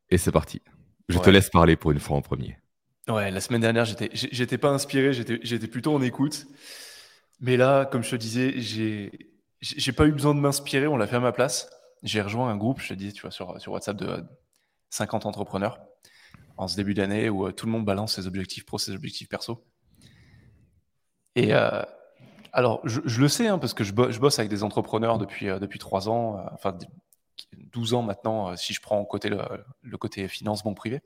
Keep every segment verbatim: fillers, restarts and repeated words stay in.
Et c'est parti. Je te Ouais. laisse parler pour une fois en premier. Ouais, la semaine dernière, j'étais, j'ai- j'étais pas inspiré, j'étais, j'étais plutôt en écoute. Mais là, comme je te disais, j'ai, j'ai j'ai pas eu besoin de m'inspirer, on l'a fait à ma place. J'ai rejoint un groupe, je te dis, tu vois, sur, sur WhatsApp de cinquante entrepreneurs en ce début d'année où euh, tout le monde balance ses objectifs pro, ses objectifs perso. Et euh, alors, je, je le sais, hein, parce que je, bo- je bosse avec des entrepreneurs depuis, euh, depuis trois ans, euh, enfin douze ans maintenant, euh, si je prends en côté le, le côté finance, banque privée.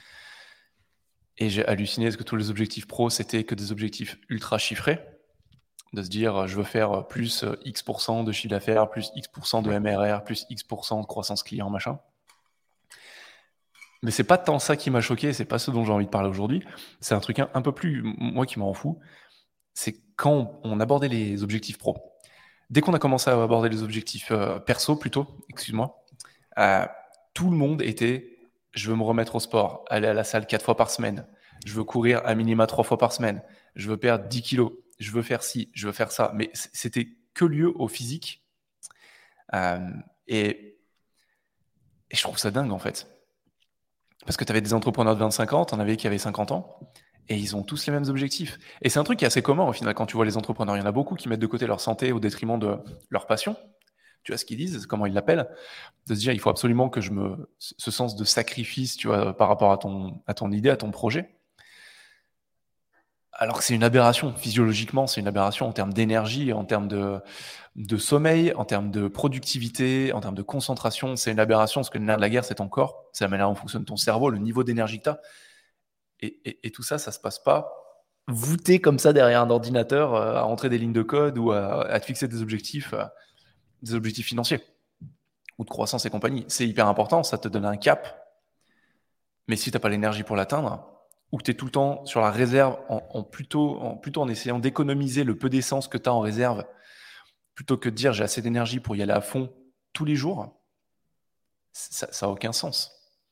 Et j'ai halluciné parce que tous les objectifs pro, c'était que des objectifs ultra chiffrés, de se dire euh, je veux faire euh, plus euh, X% de chiffre d'affaires, plus X% de Ouais. M R R, plus X% de croissance client, machin. Mais c'est pas tant ça qui m'a choqué, c'est pas ce dont j'ai envie de parler aujourd'hui. C'est un truc un, un peu plus, moi qui m'en fous, c'est quand on, on abordait les objectifs pro. Dès qu'on a commencé à aborder les objectifs euh, perso plutôt, excuse-moi, euh, tout le monde était je veux me remettre au sport, aller à la salle quatre fois par semaine, je veux courir à minima trois fois par semaine, je veux perdre dix kilos, je veux faire ci, je veux faire ça. Mais c- c'était que lieu au physique. Euh, et, et je trouve ça dingue en fait. Parce que tu avais des entrepreneurs de vingt-cinq ans, tu en avais qui avaient cinquante ans, et ils ont tous les mêmes objectifs. Et c'est un truc qui est assez commun au final quand tu vois les entrepreneurs. Il y en a beaucoup qui mettent de côté leur santé au détriment de leur passion. Tu vois ce qu'ils disent, comment ils l'appellent, de se dire il faut absolument que je me ce sens de sacrifice, tu vois, par rapport à ton à ton idée, à ton projet. Alors que c'est une aberration physiologiquement, c'est une aberration en termes d'énergie, en termes de de sommeil, en termes de productivité, en termes de concentration, c'est une aberration parce que le nerf de la guerre c'est ton corps, c'est la manière dont fonctionne ton cerveau, le niveau d'énergie que tu as et, et, et tout ça ça se passe pas voûté comme ça derrière un ordinateur euh, à rentrer des lignes de code ou à, à te fixer des objectifs euh, des objectifs financiers ou de croissance et compagnie. C'est hyper important, ça te donne un cap. Mais si tu n'as pas l'énergie pour l'atteindre, ou que tu es tout le temps sur la réserve, en, en plutôt, en, plutôt en essayant d'économiser le peu d'essence que tu as en réserve, plutôt que de dire j'ai assez d'énergie pour y aller à fond tous les jours, ça n'a aucun sens.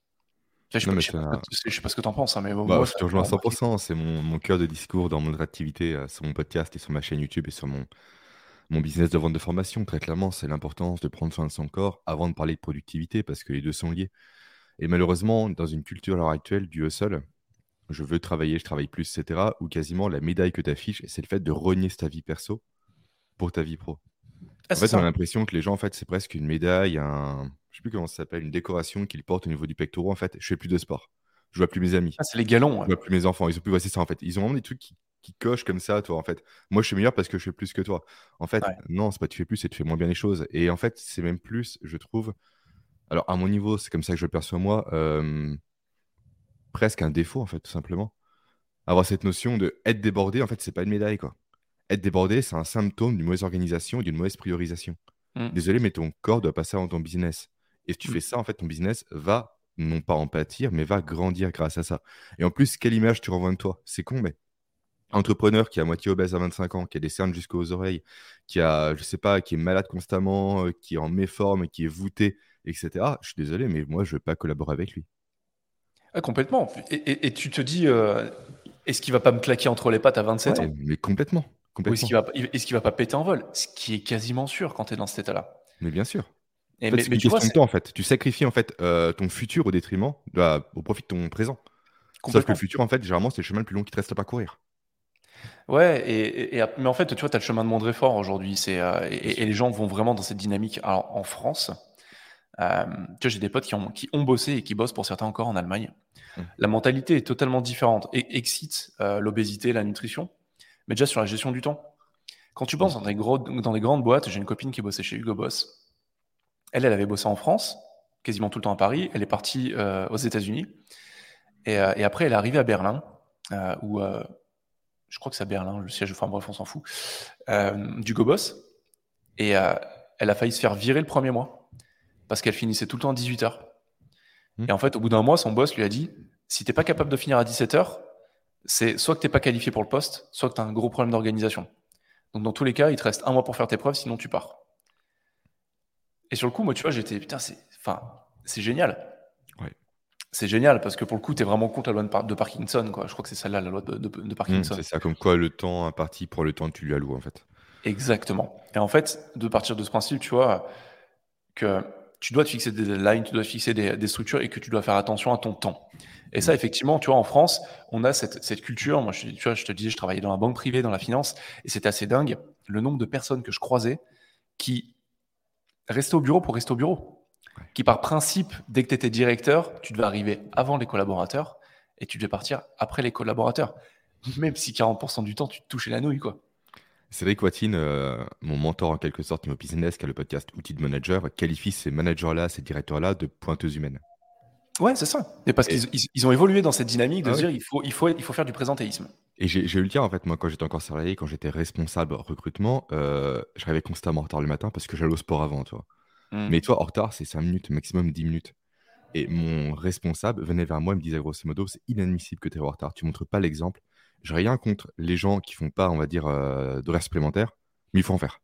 Je Non, ne mais sais, c'est pas ce un- que je sais pas ce que tu en penses, hein, mais bah, moi, je ça te m'a rejoins à cent pour remarqué. cent. C'est mon, mon cœur de discours dans mon activité, euh, sur mon podcast et sur ma chaîne YouTube et sur mon, mon business de vente de formation. Très clairement, c'est l'importance de prendre soin de son corps avant de parler de productivité parce que les deux sont liés. Et malheureusement, dans une culture à l'heure actuelle du hustle, je veux travailler, je travaille plus, et cetera, où quasiment la médaille que tu affiches, c'est le fait de renier ta vie perso pour ta vie pro. Ah, En c'est fait, on a ça. l'impression que les gens, en fait, c'est presque une médaille, un... je sais plus comment ça s'appelle, une décoration qu'ils portent au niveau du pectoral. En fait, je fais plus de sport. Je vois plus mes amis. Ah, c'est les galons. Je Ouais. vois plus mes enfants. Ils ont plus, voici ça, en fait. Ils ont vraiment des trucs qui, qui cochent comme ça, toi, en fait. Moi, je suis meilleur parce que je fais plus que toi. En fait, Ouais. non, c'est pas tu fais plus, c'est tu fais moins bien les choses. Et en fait, c'est même plus, je trouve. Alors, à mon niveau, c'est comme ça que je le perçois moi, euh, presque un défaut, en fait, tout simplement. Avoir cette notion de être débordé, en fait, c'est pas une médaille, quoi. Être débordé, c'est un symptôme d'une mauvaise organisation et d'une mauvaise priorisation. Mm. Désolé, mais ton corps doit passer avant ton business. Et si tu Mm. fais ça, en fait, ton business va non pas en pâtir, mais va grandir grâce à ça. Et en plus, quelle image tu renvoies de toi? C'est con, mais entrepreneur qui est à moitié obèse à vingt-cinq ans, qui a des cernes jusqu'aux oreilles, qui a, je sais pas, qui est malade constamment, euh, qui est en méforme, qui est voûté, et cetera. Je suis désolé, mais moi, je veux pas collaborer avec lui. Ah, complètement. Et, et- et tu te dis, euh, est-ce qu'il va pas me claquer entre les pattes à vingt-sept Ouais, ans? mais complètement, Ou est-ce complètement. qu'il va, est-ce qu'il va pas péter en vol? Ce qui est quasiment sûr quand tu es dans cet état-là. Mais bien sûr. Et En fait, mais, c'est mais qu'une tu vois, question de c'est temps, en fait. Tu sacrifies, en fait, euh, ton futur au détriment, bah, au profit de ton présent. Sauf que le complètement. futur, en fait, généralement, c'est le chemin le plus long qui te reste à parcourir. Ouais, et, et- et ap- mais en fait, tu vois, tu as le chemin de Mondrefort aujourd'hui. C'est, euh, Bien et, et sûr. les gens vont vraiment dans cette dynamique. Alors, en France, euh, tu vois, j'ai des potes qui ont, qui ont bossé et qui bossent pour certains encore en Allemagne. Mm. La mentalité est totalement différente et excite euh, l'obésité, la nutrition, mais déjà sur la gestion du temps. Quand tu penses Mm. dans des, gros, dans des grandes boîtes, j'ai une copine qui bossait chez Hugo Boss. Elle, elle avait bossé en France, quasiment tout le temps à Paris. Elle est partie euh, aux États-Unis. Et, euh, et après, elle est arrivée à Berlin, euh, où euh, je crois que c'est à Berlin, le siège, enfin bref, on s'en fout, euh, d'Hugo Boss. Et euh, elle a failli se faire virer le premier mois parce qu'elle finissait tout le temps à dix-huit heures. Mm. Et en fait, au bout d'un mois, son boss lui a dit si t'es pas capable de finir à dix-sept heures, c'est soit que t'es pas qualifié pour le poste, soit que t'as un gros problème d'organisation. Donc dans tous les cas, il te reste un mois pour faire tes preuves, sinon tu pars. Et sur le coup, moi, tu vois, j'étais putain, c'est, enfin, c'est génial. Ouais. C'est génial parce que pour le coup, t'es vraiment contre la loi de, Par- de Parkinson, quoi. Je crois que c'est celle-là, la loi de, de- de Mm, Parkinson. c'est ça, comme quoi le temps imparti pour le temps que tu lui alloues, en fait. Exactement. Et en fait, de partir de ce principe, tu vois, que tu dois te fixer des deadlines, tu dois te fixer des, des structures et que tu dois faire attention à ton temps. Et ça, effectivement, tu vois, en France, on a cette, cette culture. Moi, je, tu vois, je te disais, je travaillais dans la banque privée, dans la finance, et c'était assez dingue le nombre de personnes que je croisais qui restaient au bureau pour rester au bureau. Ouais. Qui, par principe, dès que tu étais directeur, tu devais arriver avant les collaborateurs et tu devais partir après les collaborateurs. Même si quarante pour cent du temps, tu te touchais la nouille, quoi. Cédric Watine, euh, mon mentor en quelque sorte, niveau business, qui a le podcast Outils de Manager, qualifie ces managers-là, ces directeurs-là de pointeuses humaines. Ouais, c'est ça. Et parce Et, qu'ils ils, ils ont évolué dans cette dynamique de ah se oui. dire il faut, il faut, il faut faire du présentéisme. Et j'ai j'ai eu le cas, en fait, moi, quand j'étais encore salarié, quand j'étais responsable recrutement, euh, j'arrivais constamment en retard le matin parce que j'allais au sport avant, tu vois. Mm. Mais toi, en retard, c'est cinq minutes, maximum dix minutes. Et mon responsable venait vers moi et me disait grosso modo, c'est inadmissible que tu es en retard, tu montres pas l'exemple. J'ai rien contre les gens qui font pas, on va dire, euh, d'horaires supplémentaires, mais il faut en faire.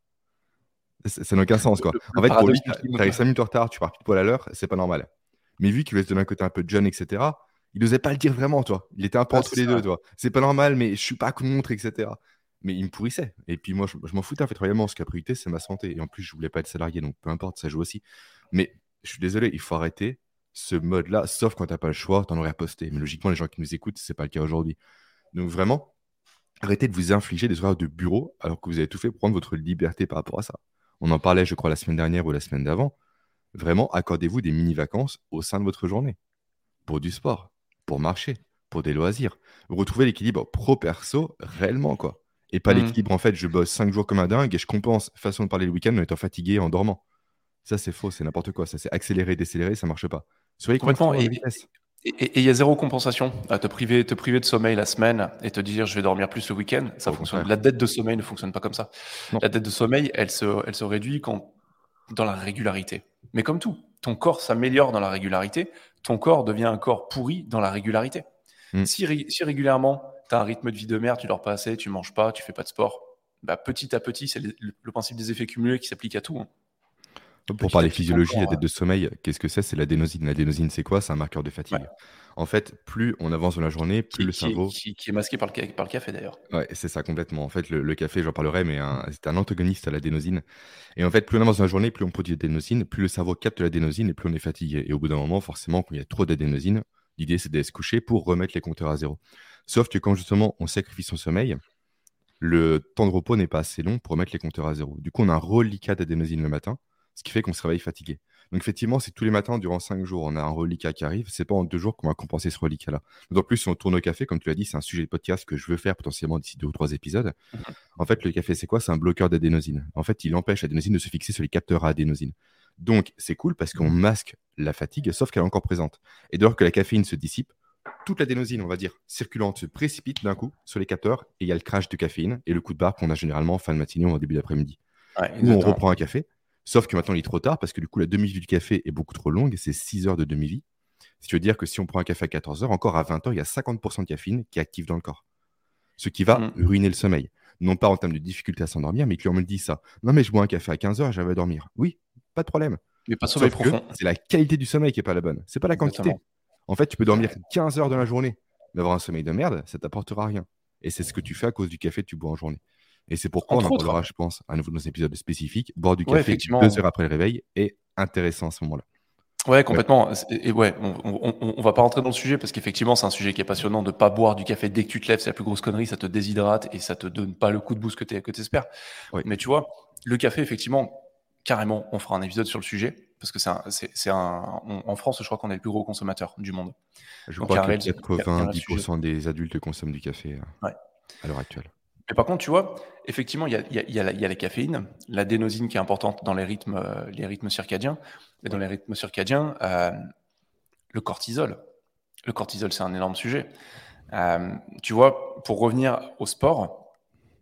Ça ça n'a aucun sens, quoi. Le, En le fait, pour lui, paradoxe tu ultime, arrives quoi. cinq minutes en retard, tu pars pile poil à l'heure, c'est pas normal. Mais vu qu'il voulait se donner un côté un peu jeune, et cetera, il osait pas le dire vraiment, toi. Il était un peu Ah, entre c'est les deux, ça. toi. C'est pas normal, mais je suis pas contre, et cetera. Mais il me pourrissait. Et puis moi, je, je m'en foutais en fait réellement. Ce qui a priorité, c'est ma santé. Et en plus, je voulais pas être salarié, donc peu importe, ça joue aussi. Mais je suis désolé, il faut arrêter ce mode-là, sauf quand t'as pas le choix, t'en aurais à poster. Mais logiquement, les gens qui nous écoutent, c'est pas le cas aujourd'hui. Donc vraiment, arrêtez de vous infliger des horaires de bureau alors que vous avez tout fait pour prendre votre liberté par rapport à ça. On en parlait, je crois, la semaine dernière ou la semaine d'avant. Vraiment, accordez-vous des mini-vacances au sein de votre journée pour du sport, pour marcher, pour des loisirs. Retrouvez l'équilibre pro-perso réellement, quoi. Et pas Mm. l'équilibre, en fait, je bosse cinq jours comme un dingue et je compense façon de parler le week-end en étant fatigué, en dormant. Ça, c'est faux, c'est n'importe quoi. Ça, c'est accélérer, décélérer, ça marche pas. Soyez Complètement. constant dans la Et vitesse. il y a zéro compensation à te priver, te priver de sommeil la semaine et te dire je vais dormir plus le week-end. Ça Au fonctionne. contraire. La dette de sommeil ne fonctionne pas comme ça. Non. La dette de sommeil, elle se, elle se réduit quand, dans la régularité. Mais comme tout, ton corps s'améliore dans la régularité, ton corps devient un corps pourri dans la régularité. Mm. Si, ré- si régulièrement, tu as un rythme de vie de merde, tu dors pas assez, tu manges pas, tu fais pas de sport, bah, petit à petit, c'est le, le principe des effets cumulés qui s'applique à tout. Hein. Pour Petit à parler petit, ton physiologie, la corps. dette de sommeil, qu'est-ce que c'est? C'est l'adénosine. L'adénosine, c'est quoi? C'est un marqueur de euh, ouais, fatigue. En fait, plus on avance dans la journée, plus qui, le qui, est, cerveau. qui, qui est masqué par le, ca- par le café d'ailleurs. Ouais, c'est ça complètement. En fait, le, le café, j'en parlerai, mais un- c'est un antagoniste à l'adénosine. Et en fait, plus on avance dans la journée, plus on produit d'adénosine, plus le cerveau capte l'adénosine et plus on est fatigué. Et au bout d'un moment, forcément, quand il y a trop d'adénosine, l'idée, c'est d'aller se coucher pour remettre les compteurs à zéro. Sauf que quand justement on sacrifie son sommeil, le temps de repos n'est pas assez long pour remettre les compteurs à zéro. Du coup, on a un reliquat d'adénosine le matin, ce qui fait qu'on se réveille fatigué. Donc effectivement, si tous les matins, durant cinq jours, on a un reliquat qui arrive, c'est pas en deux jours qu'on va compenser ce reliquat-là. D'autant plus, si on tourne au café, comme tu l'as dit, c'est un sujet de podcast que je veux faire potentiellement d'ici deux ou trois épisodes. En fait, le café, c'est quoi? C'est un bloqueur d'adénosine. En fait, il empêche l'adénosine de se fixer sur les capteurs à adénosine. Donc, c'est cool parce qu'on masque la fatigue, sauf qu'elle est encore présente. Et dès lors que la caféine se dissipe, toute l'adénosine, on va dire, circulante, se précipite d'un coup sur les capteurs et il y a le crash de caféine et le coup de barre qu'on a généralement en fin de matinée ou en début d'après-midi. Ouais, Ou on exactement. reprend un café, sauf que maintenant il est trop tard parce que du coup la demi-vie du café est beaucoup trop longue, c'est six heures de demi-vie. Ce qui veut dire que si on prend un café à quatorze heures, encore à vingt heures, il y a cinquante pour cent de caféine qui est active dans le corps. Ce qui va Mm. ruiner le sommeil. Non pas en termes de difficulté à s'endormir, mais client me dit ça. Non mais je bois un café à quinze heures, j'avais à dormir. Oui, pas de problème. Mais pas de sommeil Sauf que profond. c'est la qualité du sommeil qui n'est pas la bonne. C'est pas la quantité. Exactement. En fait, tu peux dormir quinze heures dans la journée, mais avoir un sommeil de merde, ça t'apportera rien. Et c'est ce que tu fais à cause du café que tu bois en journée. Et c'est pourquoi on Entre en autres. parlera, je pense, à nouveau dans un épisode spécifique. Boire du Ouais, café deux effectivement. heures après le réveil est intéressant à ce moment-là. Ouais, Ouais, complètement. Et ouais, on, on, on, on va pas rentrer dans le sujet parce qu'effectivement, c'est un sujet qui est passionnant de pas boire du café dès que tu te lèves, c'est la plus grosse connerie, ça te déshydrate et ça te donne pas le coup de boost que tu que espères. ouais. Mais tu vois, le café, effectivement, carrément, on fera un épisode sur le sujet parce que c'est un, c'est, c'est un, on- en France, je crois qu'on est le plus gros consommateur du monde. Je Donc il y crois a un que réel, il y a- il y a un réel quatre-vingt-dix pour sujet. cent des adultes consomment du café euh, Ouais. à l'heure actuelle. Mais par contre, tu vois, effectivement, il y a, il y a, il y a la, il y a la caféine, l'adénosine qui est importante dans les rythmes, euh, les rythmes circadiens. Et dans Ouais. les rythmes circadiens, euh, le cortisol. Le cortisol, c'est un énorme sujet. Euh, tu vois, pour revenir au sport,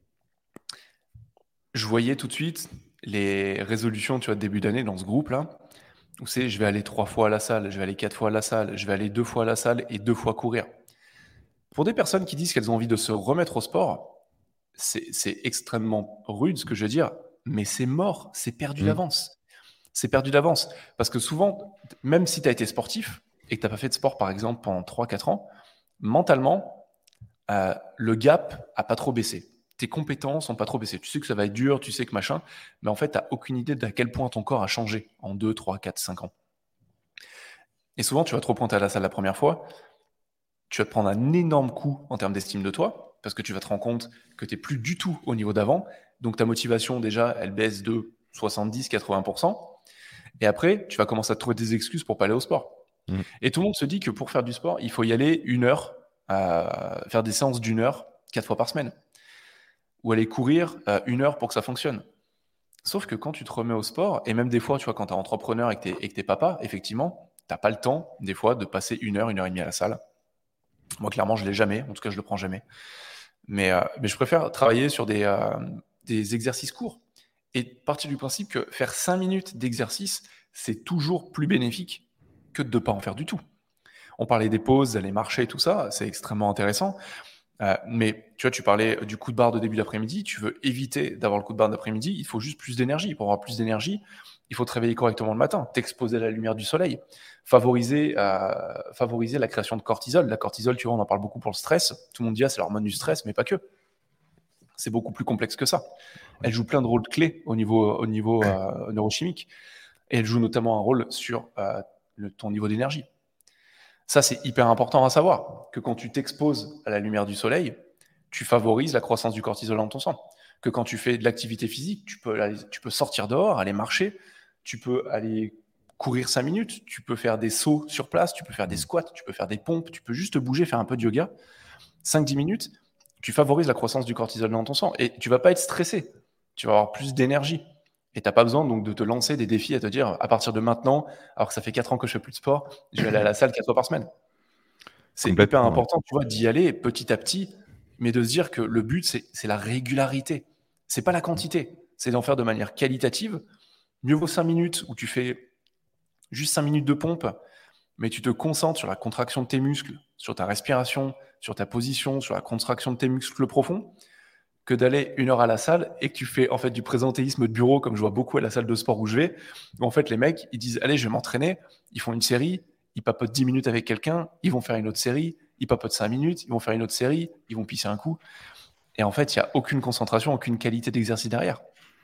je voyais tout de suite les résolutions, tu vois, de début d'année dans ce groupe-là, où c'est je vais aller trois fois à la salle, je vais aller quatre fois à la salle, je vais aller deux fois à la salle et deux fois courir. Pour des personnes qui disent qu'elles ont envie de se remettre au sport, c'est c'est extrêmement rude ce que je veux dire, mais c'est mort, c'est perdu Mm. d'avance. C'est perdu d'avance. Parce que souvent, même si tu as été sportif et que tu n'as pas fait de sport, par exemple, pendant trois quatre ans, mentalement, euh, le gap a pas trop baissé. tes compétences n'ont pas trop baissé. Tu sais que ça va être dur, tu sais que machin, mais en fait, tu n'as aucune idée d'à quel point ton corps a changé en deux, trois, quatre, cinq ans. Et souvent, tu vas te repointer à la salle la première fois, tu vas te prendre un énorme coup en termes d'estime de toi, parce que tu vas te rendre compte que tu n'es plus du tout au niveau d'avant. Donc ta motivation, déjà, elle baisse de soixante-dix à quatre-vingts pour cent. Et après, tu vas commencer à trouver des excuses pour pas aller au sport. Mm. Et tout le monde se dit que pour faire du sport, il faut y aller une heure, euh, faire des séances d'une heure, quatre fois par semaine. Ou aller courir euh, une heure pour que ça fonctionne. Sauf que quand tu te remets au sport, et même des fois, tu vois, quand tu es entrepreneur et que tu es papa, effectivement, tu n'as pas le temps, des fois, de passer une heure, une heure et demie à la salle. Moi, clairement, je ne l'ai jamais. En tout cas, je ne le prends jamais. Mais, euh, mais je préfère travailler sur des, euh, des exercices courts et partir du principe que faire cinq minutes d'exercice, c'est toujours plus bénéfique que de ne pas en faire du tout. On parlait des pauses, d'aller marcher, tout ça, c'est extrêmement intéressant. Euh, mais tu vois, tu parlais du coup de barre de début d'après-midi. Tu veux éviter d'avoir le coup de barre d'après-midi, il faut juste plus d'énergie. Pour avoir plus d'énergie, il faut te réveiller correctement le matin, t'exposer à la lumière du soleil, favoriser, euh, favoriser la création de cortisol. La cortisol, tu vois, on en parle beaucoup pour le stress. Tout le monde dit, ah, c'est l'hormone du stress, mais pas que. C'est beaucoup plus complexe que ça. Elle joue plein de rôles clés au niveau, au niveau euh, neurochimique. Et elle joue notamment un rôle sur euh, le, ton niveau d'énergie. Ça, c'est hyper important à savoir, que quand tu t'exposes à la lumière du soleil, tu favorises la croissance du cortisol dans ton sang. Que quand tu fais de l'activité physique, tu peux, aller, tu peux sortir dehors, aller marcher, tu peux aller courir cinq minutes, tu peux faire des sauts sur place, tu peux faire des squats, tu peux faire des pompes, tu peux juste bouger, faire un peu de yoga. cinq à dix minutes, tu favorises la croissance du cortisol dans ton sang et tu ne vas pas être stressé, tu vas avoir plus d'énergie. Et tu n'as pas besoin donc de te lancer des défis à te dire, à partir de maintenant, alors que ça fait quatre ans que je fais plus de sport, je vais aller à la salle quatre fois par semaine. C'est hyper important, tu vois, d'y aller petit à petit, mais de se dire que le but, c'est, c'est la régularité. C'est pas la quantité, c'est d'en faire de manière qualitative. Mieux vaut cinq minutes où tu fais juste cinq minutes de pompe, mais tu te concentres sur la contraction de tes muscles, sur ta respiration, sur ta position, sur la contraction de tes muscles profonds, que d'aller une heure à la salle et que tu fais en fait du présentéisme de bureau, comme je vois beaucoup à la salle de sport où je vais, où en fait les mecs, ils disent « Allez, je vais m'entraîner », ils font une série, ils papotent dix minutes avec quelqu'un, ils vont faire une autre série, ils papotent cinq minutes, ils vont faire une autre série, ils vont pisser un coup. Et en fait, il n'y a aucune concentration, aucune qualité d'exercice derrière.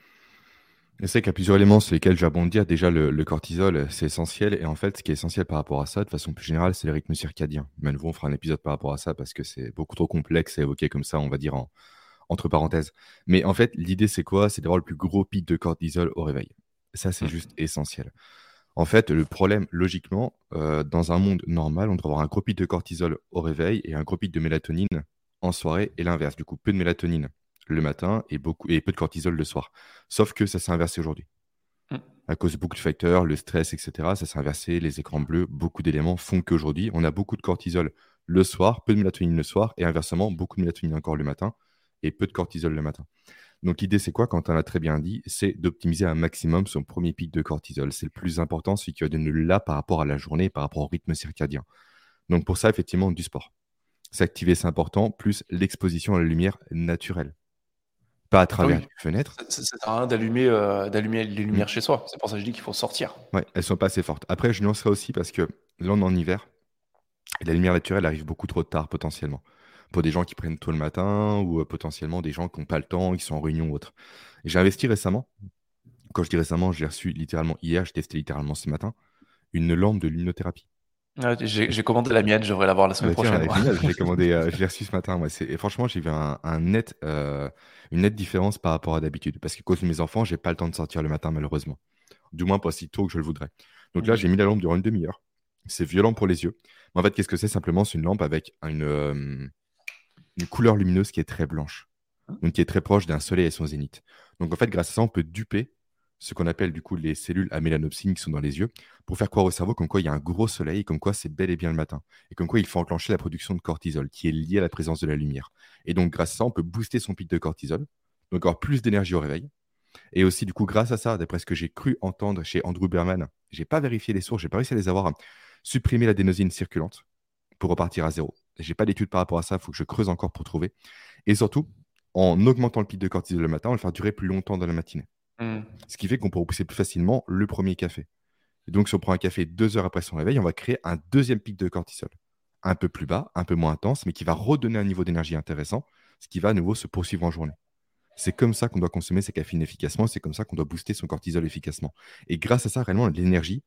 Je sais qu'il y a plusieurs éléments sur lesquels je vais rebondir. Déjà, le, le cortisol, c'est essentiel. Et en fait, ce qui est essentiel par rapport à ça, de façon plus générale, c'est le rythme circadien. Mais à nouveau, on fera un épisode par rapport à ça parce que c'est beaucoup trop complexe à évoquer comme ça, on va dire en, entre parenthèses. Mais en fait, l'idée, c'est quoi? C'est d'avoir le plus gros pic de cortisol au réveil. Ça, c'est mmh. juste essentiel. En fait, le problème, logiquement, euh, dans un monde normal, on devrait avoir un gros pic de cortisol au réveil et un gros pic de mélatonine en soirée et l'inverse. Du coup, peu de mélatonine le matin et, beaucoup, et peu de cortisol le soir. Sauf que ça s'est inversé aujourd'hui. Mm. À cause de beaucoup de facteurs, le stress, et cetera, ça s'est inversé, les écrans bleus, beaucoup d'éléments font qu'aujourd'hui, on a beaucoup de cortisol le soir, peu de mélatonine le soir, et inversement, beaucoup de mélatonine encore le matin, et peu de cortisol le matin. Donc l'idée, c'est quoi, quand on a très bien dit, c'est d'optimiser un maximum son premier pic de cortisol. C'est le plus important, celui qui va donner là par rapport à la journée, par rapport au rythme circadien. Donc pour ça, effectivement, du sport. S'activer, c'est important, plus l'exposition à la lumière naturelle. Pas à travers oui. les fenêtres. Ça ne sert à rien d'allumer, euh, d'allumer les lumières mmh. chez soi. C'est pour ça que je dis qu'il faut sortir. Ouais, elles ne sont pas assez fortes. Après, je nuancerai aussi parce que là, on est en hiver et la lumière naturelle arrive beaucoup trop tard potentiellement. Pour des gens qui prennent tôt le matin ou euh, potentiellement des gens qui n'ont pas le temps, qui sont en réunion ou autre. Et j'ai investi récemment. Quand je dis récemment, j'ai reçu littéralement hier, j'ai testé littéralement ce matin, une lampe de luminothérapie. Ouais, j'ai, j'ai commandé la mienne, je devrais l'avoir la semaine ah bah prochaine. Tiens, génial, j'ai commandé, euh, je l'ai reçu ce matin. Ouais, c'est, et franchement, j'ai vu un, un net, euh, une nette différence par rapport à d'habitude. Parce qu'à cause de mes enfants, j'ai pas le temps de sortir le matin, malheureusement. Du moins, pas si tôt que je le voudrais. Donc là, mmh. j'ai mis la lampe durant une demi-heure. C'est violent pour les yeux. Mais en fait, qu'est-ce que c'est? Simplement, c'est une lampe avec une, euh, une couleur lumineuse qui est très blanche. Donc, qui est très proche d'un soleil à son zénith. Donc, en fait, grâce à ça, on peut duper ce qu'on appelle du coup les cellules à mélanopsine qui sont dans les yeux, pour faire croire au cerveau comme quoi il y a un gros soleil, comme quoi c'est bel et bien le matin, et comme quoi il faut enclencher la production de cortisol, qui est liée à la présence de la lumière. Et donc grâce à ça, on peut booster son pic de cortisol, donc avoir plus d'énergie au réveil. Et aussi du coup, grâce à ça, d'après ce que j'ai cru entendre chez Andrew Berman, j'ai pas vérifié les sources, j'ai pas réussi à les avoir, supprimer l'adénosine circulante pour repartir à zéro. J'ai pas d'études par rapport à ça, il faut que je creuse encore pour trouver. Et surtout, en augmentant le pic de cortisol le matin, on va le faire durer plus longtemps dans la matinée. Mmh. Ce qui fait qu'on peut repousser plus facilement le premier café. Et donc, si on prend un café deux heures après son réveil, on va créer un deuxième pic de cortisol. Un peu plus bas, un peu moins intense, mais qui va redonner un niveau d'énergie intéressant, ce qui va à nouveau se poursuivre en journée. C'est comme ça qu'on doit consommer sa caféine efficacement, c'est comme ça qu'on doit booster son cortisol efficacement. Et grâce à ça, réellement, on a de l'énergie,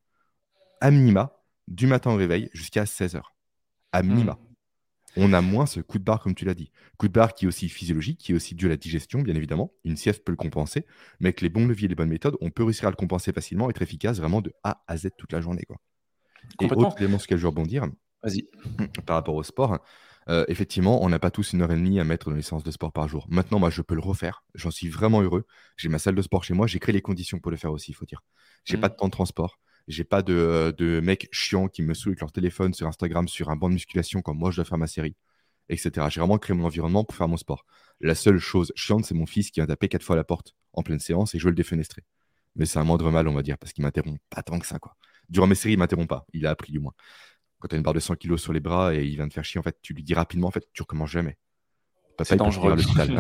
à minima, du matin au réveil jusqu'à seize heures. À Hmm. minima. On a moins ce coup de barre, comme tu l'as dit. Coup de barre qui est aussi physiologique, qui est aussi dû à la digestion, bien évidemment. Une sieste peut le compenser, mais avec les bons leviers et les bonnes méthodes, on peut réussir à le compenser facilement, être efficace vraiment de A à Z toute la journée, quoi. Et autre Complètement. élément sur lequel je veux rebondir, Vas-y. par rapport au sport, euh, effectivement, on n'a pas tous une heure et demie à mettre dans les séances de sport par jour. Maintenant, moi, je peux le refaire. J'en suis vraiment heureux. J'ai ma salle de sport chez moi. J'ai créé les conditions pour le faire aussi, il faut dire. J'ai pas Hmm. de temps de transport. J'ai pas de, euh, de mecs chiants qui me saoulent avec leur téléphone sur Instagram, sur un banc de musculation quand moi je dois faire ma série, et cetera. J'ai vraiment créé mon environnement pour faire mon sport. La seule chose chiante, c'est mon fils qui vient taper quatre fois à la porte en pleine séance et je veux le défenestrer. Mais c'est un moindre mal, on va dire, parce qu'il m'interrompt pas tant que ça, quoi. Durant mes séries, il m'interrompt pas. Il a appris du moins. Quand tu as une barre de cent kilos sur les bras et il vient te faire chier, en fait, tu lui dis rapidement, en fait, tu recommences jamais. Papa, C'est il peut finir dangereux. à l'hôpital.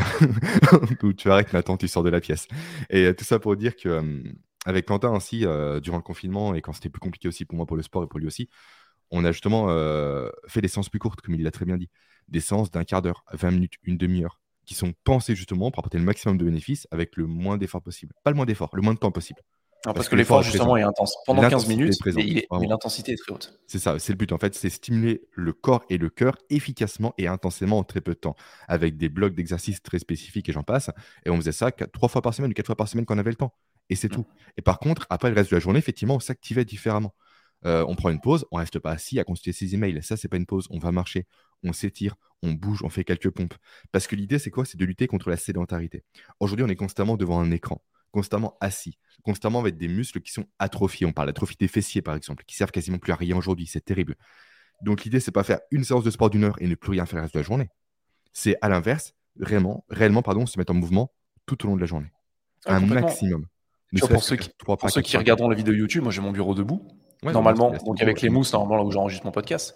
Ou tu arrêtes maintenant, tu sors de la pièce. Et euh, tout ça pour dire que euh, avec Quentin aussi, euh, durant le confinement et quand c'était plus compliqué aussi pour moi pour le sport et pour lui aussi, on a justement euh, fait des séances plus courtes, comme il l'a très bien dit. Des séances d'un quart d'heure, vingt minutes, une demi-heure, qui sont pensées justement pour apporter le maximum de bénéfices avec le moins d'efforts possible. Pas le moins d'efforts, le moins de temps possible. Non, Parce parce que que l'effort l'effort, est présent. justement, est intense. Pendant quinze L'intensité minutes, est mais, présente, il est... mais vraiment. l'intensité est très haute. C'est ça, c'est le but en fait, c'est stimuler le corps et le cœur efficacement et intensément en très peu de temps, avec des blocs d'exercices très spécifiques et j'en passe. Et on faisait ça quatre- trois fois par semaine ou quatre fois par semaine quand on avait le temps. Et c'est Hmm. tout. Et par contre, après le reste de la journée, effectivement, on s'activait différemment. Euh, on prend une pause, on reste pas assis à consulter ses emails. Ça, c'est pas une pause. On va marcher, on s'étire, on bouge, on fait quelques pompes. Parce que l'idée, c'est quoi? C'est de lutter contre la sédentarité. Aujourd'hui, on est constamment devant un écran, constamment assis, constamment avec des muscles qui sont atrophiés. On parle d'atrophie des fessiers, par exemple, qui servent quasiment plus à rien aujourd'hui. C'est terrible. Donc, l'idée, c'est pas faire une séance de sport d'une heure et ne plus rien faire le reste de la journée. C'est à l'inverse, réellement, réellement, pardon, se mettre en mouvement tout au long de la journée. Ouais, Un complètement. maximum. Ne Tu vois, pour serait-ce que ceux faire qui, trois pour pas, ceux quatre qui pas, quoi. regarderont la vidéo YouTube, moi j'ai mon bureau debout. Ouais, voilà, c'est la Normalement, donc studio, avec les ouais. mousses, normalement là où j'enregistre mon podcast.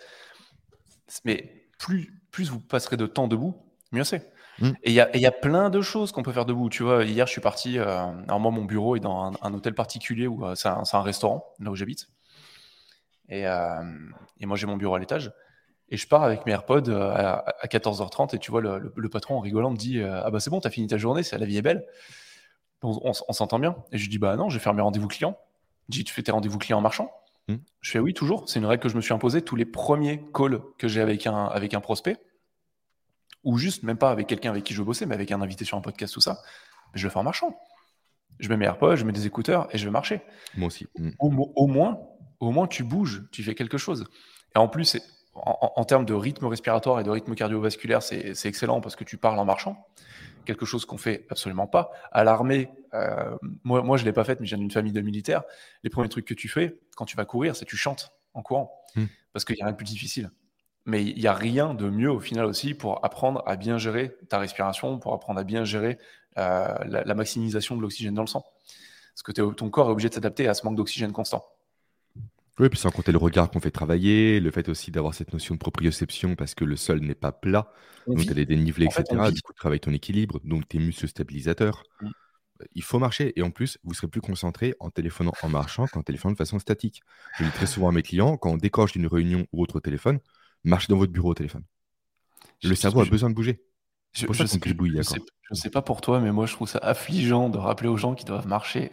Mais plus, plus vous passerez de temps debout, mieux c'est. Mm. Et il y a, et il y a plein de choses qu'on peut faire debout. Tu vois, hier je suis parti. Euh, alors moi, mon bureau est dans un, un hôtel particulier où euh, c'est un, c'est un restaurant, là où j'habite. Et, euh, et moi j'ai mon bureau à l'étage. Et je pars avec mes AirPods euh, à, à quatorze heures trente. Et tu vois, le, le- le patron en rigolant me dit euh, ah bah c'est bon, t'as fini ta journée, c'est, la vie est belle. On, on s- on s'entend bien. Et je lui dis bah non, je vais faire mes rendez-vous clients. Il dit tu fais tes rendez-vous clients en marchant? Mm. Je fais oui, toujours. C'est une règle que je me suis imposée. Tous les premiers calls que j'ai avec un, avec un prospect, ou juste même pas avec quelqu'un avec qui je veux bosser, mais avec un invité sur un podcast, tout ça, je le fais en marchant. Je mets mes AirPods, je mets des écouteurs et je vais marcher. Moi aussi. Mm. Au, mo- au moins, au moins tu bouges, tu fais quelque chose. Et en plus, c'est- en, en- en termes de rythme respiratoire et de rythme cardiovasculaire, c'est c'est excellent parce que tu parles en marchant. Quelque chose qu'on fait absolument pas. À l'armée, euh, moi, moi je l'ai pas faite, mais je viens d'une famille de militaires. Les premiers trucs que tu fais quand tu vas courir, c'est tu chantes en courant. Mm. Parce qu'il n'y a rien de plus difficile. Mais il n'y a rien de mieux au final aussi pour apprendre à bien gérer ta respiration, pour apprendre à bien gérer euh, la, la maximisation de l'oxygène dans le sang. Parce que t'es- ton corps est obligé de s'adapter à ce manque d'oxygène constant. Oui, puis sans compter le regard qu'on fait travailler, le fait aussi d'avoir cette notion de proprioception parce que le sol n'est pas plat, On donc tu as vit. des dénivelés, En fait, on et cetera. vit. Du coup, tu travailles ton équilibre, donc tes muscles stabilisateurs. Mm. Euh, Il faut marcher et en plus, vous serez plus concentré en téléphonant en marchant qu'en téléphonant de façon statique. Je dis très souvent à mes clients, quand on décroche d'une réunion ou autre au téléphone, marchez dans votre bureau au téléphone. Je, Le cerveau a je, besoin de bouger. C'est je, pour je ça qu'on sais, je, gribouille, je sais, d'accord. je sais pas pour toi, mais moi je trouve ça affligeant de rappeler aux gens qu'ils doivent marcher.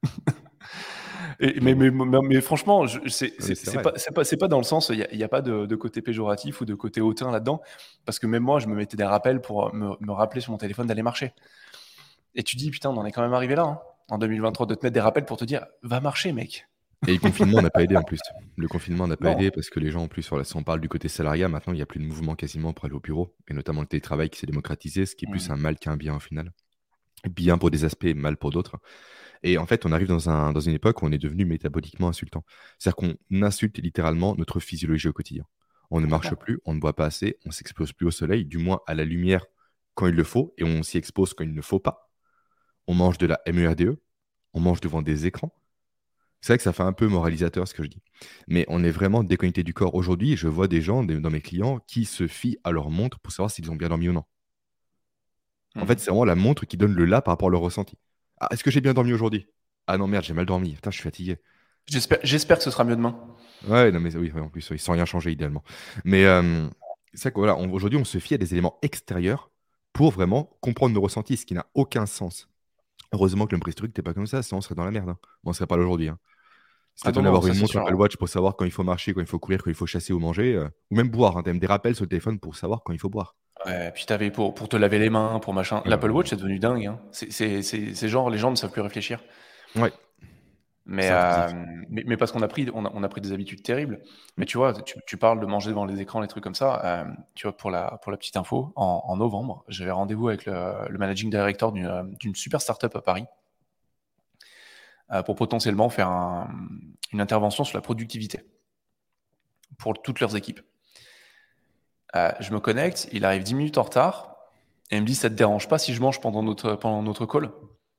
Et- Je mais, vois. mais, mais, mais franchement, je- c'est Ah, mais c'est- c'est c'est vrai. pas, c'est pas, c'est pas dans le sens, il n'y a, il y a pas de, de côté péjoratif ou de côté hautain là-dedans, parce que même moi, je me mettais des rappels pour me, me rappeler sur mon téléphone d'aller marcher. Et tu dis, putain, on en est quand même arrivé là, hein, en deux mille vingt-trois, de te mettre des rappels pour te dire, va marcher, mec. Et le confinement n'a pas aidé en plus. Le confinement n'a pas Non. aidé parce que les gens, en plus, voilà, si on parle du côté salariat, maintenant, il n'y a plus de mouvement quasiment pour aller au bureau, et notamment le télétravail qui s'est démocratisé, ce qui est plus Mm. un mal qu'un bien au final. Bien pour des aspects, mal pour d'autres. Et en fait, on arrive dans, un, dans une époque où on est devenu métaboliquement insultant. C'est-à-dire qu'on insulte littéralement notre physiologie au quotidien. On ne marche Complètement. plus, on ne boit pas assez, on s'expose plus au soleil, du moins à la lumière quand il le faut, et on s'y expose quand il ne faut pas. On mange de la MERDE, on mange devant des écrans. C'est vrai que ça fait un peu moralisateur ce que je dis. Mais on est vraiment déconnecté du corps. Aujourd'hui, je vois des gens des- dans mes clients qui se fient à leur montre pour savoir s'ils ont bien dormi ou non. En Mm. fait, c'est vraiment la montre qui donne le là par rapport à leur ressenti. Ah, est-ce que j'ai bien dormi aujourd'hui? Ah non, merde, j'ai mal dormi. Putain, je suis fatigué. J'espère, j'espère que ce sera mieux demain. Ouais, non, mais oui, ouais, en plus, oui, sans rien changer idéalement. Mais euh, c'est ça que voilà, on- aujourd'hui, on se fie à des éléments extérieurs pour vraiment comprendre nos ressentis, ce qui n'a aucun sens. Heureusement que le préhistorique n'était pas comme ça, sinon on serait dans la merde. Hein. Bon, on serait pas là aujourd'hui. Hein. Si Ah t'as non, besoin non, d'avoir ça une c'est montre sûr. Apple Watch pour savoir quand il faut marcher, quand il faut courir, quand il faut chasser ou manger, euh, ou même boire, hein, t'as même des rappels sur le téléphone pour savoir quand il faut boire. Ouais, puis t'avais pour, pour te laver les mains, pour machin. Euh, L'Apple Watch, c'est devenu dingue. Hein. C'est, c'est, c'est, c'est genre, les gens ne savent plus réfléchir. ouais, Mais, c'est euh, intrusif. mais, mais parce qu'on a pris, on a, on a pris des habitudes terribles. Mais tu vois, tu, tu parles de manger devant les écrans, les trucs comme ça. Euh, tu vois, pour la, pour la petite info, en, en novembre, j'avais rendez-vous avec le, le managing director d'une, euh, d'une super startup à Paris euh, pour potentiellement faire un- une intervention sur la productivité pour toutes leurs équipes. Euh, je me connecte, il arrive dix minutes en retard et il me dit ça te dérange pas si je mange pendant notre, pendant notre call?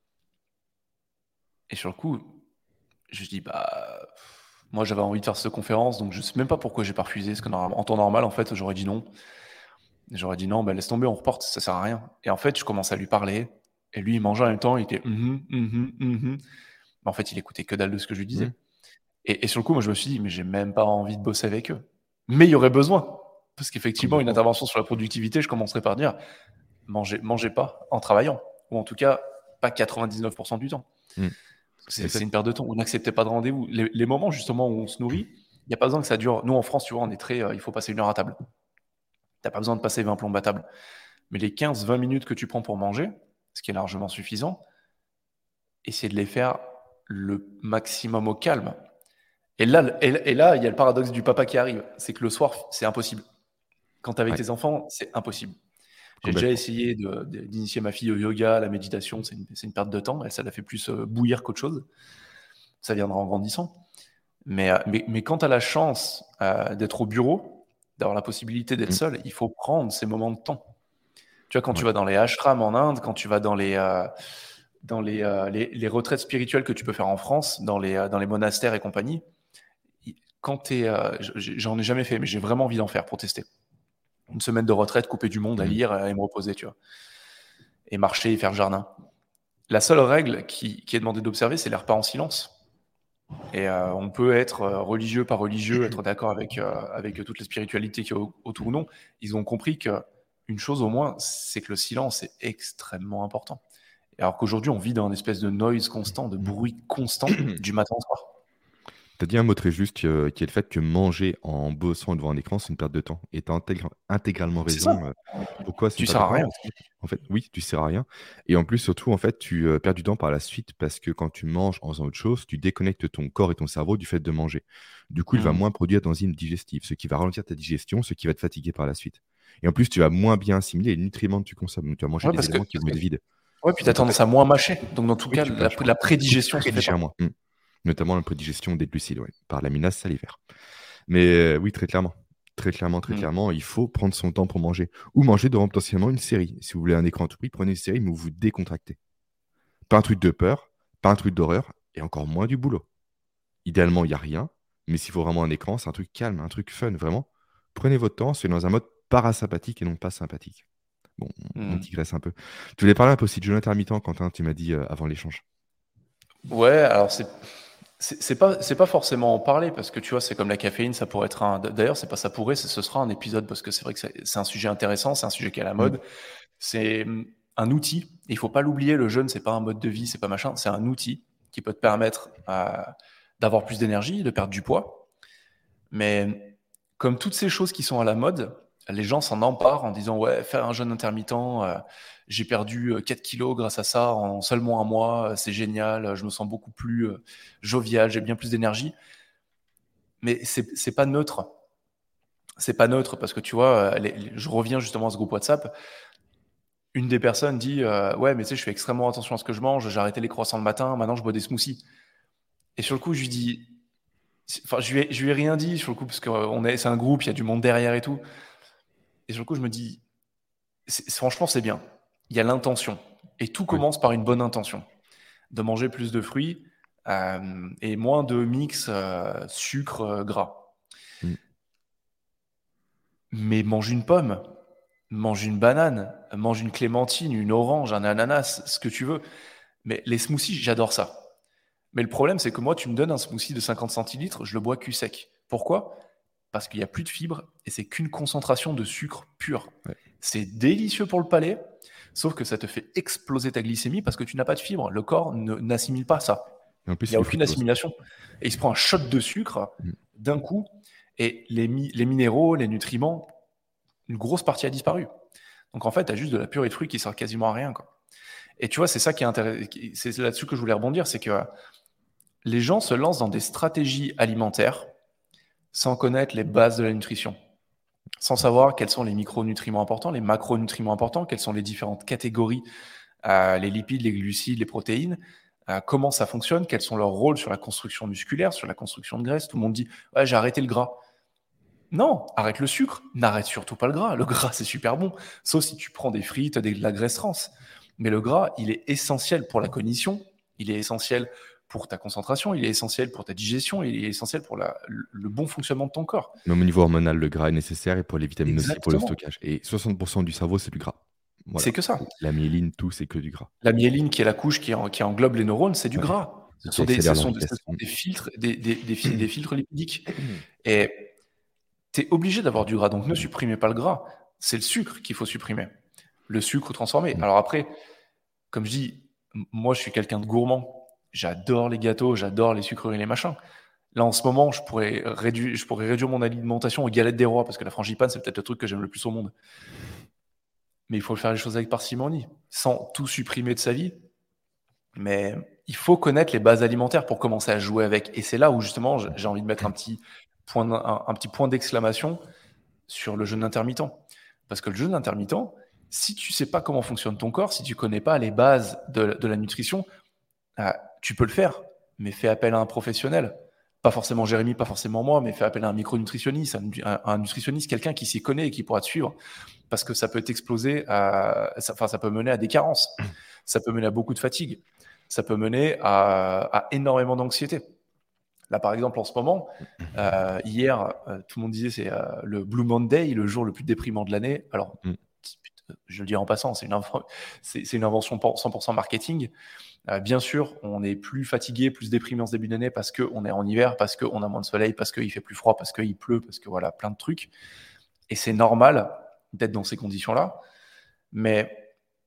Et sur le coup, je dis bah moi j'avais envie de faire cette conférence donc je sais même pas pourquoi j'ai pas refusé parce que normalement, en temps normal en fait j'aurais dit non. J'aurais dit non, bah laisse tomber, on reporte, ça sert à rien. Et en fait je commence à lui parler et lui il mangeait en même temps, il était mhm, mhm, mhm. Mais en fait il écoutait que dalle de ce que je lui Hmm. disais. Et, et sur le coup moi je me suis dit mais j'ai même pas envie de bosser avec eux. Mais il y aurait besoin parce qu'effectivement une Complètement. intervention sur la productivité, je commencerai par dire mangez, mangez pas en travaillant ou en tout cas pas quatre-vingt-dix-neuf pour cent du temps. Hmm. C'est Mais c'est ça- une perte de temps. Vous n'acceptez pas de rendez-vous. Les, les moments justement où on se nourrit, il n'y a pas besoin que ça dure. Nous en France, tu vois, on est très. euh, il faut passer une heure à table. T'as pas besoin de passer vingt plombes à table. Mais les quinze vingt minutes que tu prends pour manger, ce qui est largement suffisant, essayer de les faire le maximum au calme. Et là, et, et là, il y a le paradoxe du papa qui arrive. C'est que le soir, c'est impossible. Quand t'es avec ouais, tes enfants, c'est impossible. J'ai déjà complètement. essayé de- de- d'initier ma fille au yoga, à la méditation. C'est une, c'est une perte de temps. Et ça la fait plus euh, bouillir qu'autre chose. Ça viendra en grandissant. Mais, euh, mais, mais quand tu as la chance euh, d'être au bureau, d'avoir la possibilité d'être Hmm. seul, il faut prendre ces moments de temps. Tu vois, quand tu Ouais. vas dans les ashrams en Inde, quand tu vas dans les, euh, dans les, euh, les, les retraites spirituelles que tu peux faire en France, dans les, euh, dans les monastères et compagnie, il- quand tu es. J'en ai jamais fait, mais j'ai vraiment envie d'en faire pour tester. Une semaine de retraite, couper du monde, à Hmm. lire et me reposer, tu vois. Et marcher et faire le jardin. La seule règle qui, qui est demandée d'observer, c'est les repas en silence. Et euh, on peut être euh, religieux, pas religieux, être d'accord avec, euh, avec toutes les spiritualités qui au- autour ou non. Ils ont compris que une chose au moins, c'est que le silence est extrêmement important. Et alors qu'aujourd'hui, on vit dans une espèce de noise constant, de bruit constant du matin au soir. T'as dit un mot très juste euh, qui est le fait que manger en bossant devant un écran, c'est une perte de temps. Et t'as intègre- intégralement C'est ça. raison. euh, pourquoi c'est une Tu perte sers de à temps? rien. Parce que, en fait, oui, tu sers à rien. Et en plus, surtout, en fait, tu euh, perds du temps par la suite parce que quand tu manges en faisant autre chose, tu déconnectes ton corps et ton cerveau du fait de manger. Du coup, il va Mm. moins produire d'enzymes digestives, ce qui va ralentir ta digestion, ce qui va te fatiguer par la suite. Et en plus, tu vas moins bien assimiler les nutriments que tu consommes. Donc, tu vas manger Ouais, des parce que, éléments qui parce vont que- être vides. ouais, puis tu as Donc, en fait, tendance à moins mâcher. Donc, dans tout oui, cas, tu la, mâches la moins. Tu prédigestion se fait prédigères pas. moins. Mm. Notamment la prédigestion des glucides, ouais, par l'amylase salivaire. Mais euh, oui, très clairement. Très clairement, très Mm. clairement, il faut prendre son temps pour manger. Ou manger devant potentiellement une série. Si vous voulez un écran à tout prix, prenez une série, mais vous vous décontractez. Pas un truc de peur, pas un truc d'horreur, et encore moins du boulot. Idéalement, il n'y a rien, mais s'il faut vraiment un écran, c'est un truc calme, un truc fun, vraiment. Prenez votre temps, c'est dans un mode parasympathique et non pas sympathique. Bon, on Mm. digresse un peu. Tu voulais parler un peu aussi de jeûne intermittent, Quentin, tu m'as dit euh, avant l'échange. Ouais, alors c'est c'est c'est pas c'est pas forcément en parler parce que tu vois c'est comme la caféine, ça pourrait être un d'ailleurs c'est pas ça pourrait c'est- ce sera un épisode parce que c'est vrai que c'est c'est un sujet intéressant, c'est un sujet qui est à la Mm. mode, c'est hum, un outil, et il faut pas l'oublier, le jeûne c'est pas un mode de vie, c'est pas machin, c'est un outil qui peut te permettre euh, d'avoir plus d'énergie, de perdre du poids, mais comme toutes ces choses qui sont à la mode, les gens s'en emparent en disant ouais, faire un jeûne intermittent, euh, j'ai perdu euh, quatre kilos grâce à ça en seulement un mois, euh, c'est génial, euh, je me sens beaucoup plus euh, jovial, j'ai bien plus d'énergie. Mais c'est c'est pas neutre. C'est pas neutre parce que tu vois, euh, les- les- je reviens justement à ce groupe WhatsApp. Une des personnes dit euh, ouais, mais tu sais, je fais extrêmement attention à ce que je mange, j'ai arrêté les croissants le matin, maintenant je bois des smoothies. Et sur le coup, je lui dis, enfin, je lui ai, je lui ai rien dit sur le coup parce que euh, on est, c'est un groupe, il y a du monde derrière et tout. Et sur le coup, je me dis, c'est- franchement, c'est bien. Il y a l'intention. Et tout Ouais. commence par une bonne intention. De manger plus de fruits euh, et moins de mix euh, sucre euh, gras. Mm. Mais mange une pomme, mange une banane, mange une clémentine, une orange, un ananas, ce que tu veux. Mais les smoothies, j'adore ça. Mais le problème, c'est que moi, tu me donnes un smoothie de cinquante centilitres, je le bois cul sec. Pourquoi? Parce qu'il n'y a plus de fibres et c'est qu'une concentration de sucre pur. Ouais. C'est délicieux pour le palais, sauf que ça te fait exploser ta glycémie parce que tu n'as pas de fibres. Le corps ne, n'assimile pas ça. Et en plus, Il n'y a c'est du aucune fructose. assimilation. Et il se prend un shot de sucre Mm. d'un coup, et les, mi- les minéraux, les nutriments, une grosse partie a disparu. Donc en fait, tu as juste de la purée de fruits qui sert quasiment à rien, quoi. Et tu vois, c'est ça qui est intéressant. C'est là-dessus que je voulais rebondir, c'est que les gens se lancent dans des stratégies alimentaires sans connaître les bases de la nutrition, sans savoir quels sont les micronutriments importants, les macronutriments importants, quelles sont les différentes catégories, euh, les lipides, les glucides, les protéines, euh, comment ça fonctionne, quels sont leurs rôles sur la construction musculaire, sur la construction de graisse. Tout le monde dit ouais, j'ai arrêté le gras. Non, arrête le sucre, n'arrête surtout pas le gras. Le gras, c'est super bon, sauf si tu prends des frites, des- de la graisse trans. Mais le gras, il est essentiel pour la cognition, il est essentiel pour ta concentration, il est essentiel pour ta digestion, il est essentiel pour la- le le bon fonctionnement de ton corps. Même au niveau hormonal, le gras est nécessaire et pour les vitamines aussi, pour le Exactement. stockage. Et soixante pour cent du cerveau, c'est du gras. Voilà. C'est que ça. La myéline, tout, c'est que du gras. La myéline, qui est la couche qui, en- qui englobe les neurones, c'est du Ouais. gras. Ce Qui sont des, ce accélère leur sont, ce vitesse. sont des filtres, des, des- des fi- des filtres lipidiques. Et tu es obligé d'avoir du gras, donc ne supprimez pas le gras. C'est le sucre qu'il faut supprimer. Le sucre transformé. Mm. Alors après, comme je dis, m- moi je suis quelqu'un de gourmand. J'adore les gâteaux, j'adore les sucreries, les machins. Là en ce moment, je pourrais réduire, je pourrais réduire mon alimentation aux galettes des rois, parce que la frangipane, c'est peut-être le truc que j'aime le plus au monde. Mais il faut faire les choses avec parcimonie, sans tout supprimer de sa vie. Mais il faut connaître les bases alimentaires pour commencer à jouer avec. Et c'est là où justement j'ai j'ai envie de mettre un petit point, d'- un, un petit point d'exclamation sur le jeûne intermittent. Parce que le jeûne intermittent, si tu sais pas comment fonctionne ton corps, si tu connais pas les bases de, de la nutrition, euh, tu peux le faire, mais fais appel à un professionnel. Pas forcément Jérémy, pas forcément moi, mais fais appel à un micronutritionniste, un, un- un nutritionniste, quelqu'un qui s'y connaît et qui pourra te suivre. Parce que ça peut t'exploser, à, ça, enfin, ça peut mener à des carences. Ça peut mener à beaucoup de fatigue. Ça peut mener à, à énormément d'anxiété. Là, par exemple, en ce moment, euh, hier, euh, tout le monde disait c'est euh, le Blue Monday, le jour le plus déprimant de l'année. Alors, Mm. je le dis en passant, c'est une, inv- c'est, c'est une invention pour- cent pour cent marketing. Euh, bien sûr, on est plus fatigué, plus déprimé en ce début d'année parce qu'on est en hiver, parce qu'on a moins de soleil, parce qu'il fait plus froid, parce qu'il pleut, parce que voilà, plein de trucs. Et c'est normal d'être dans ces conditions-là. Mais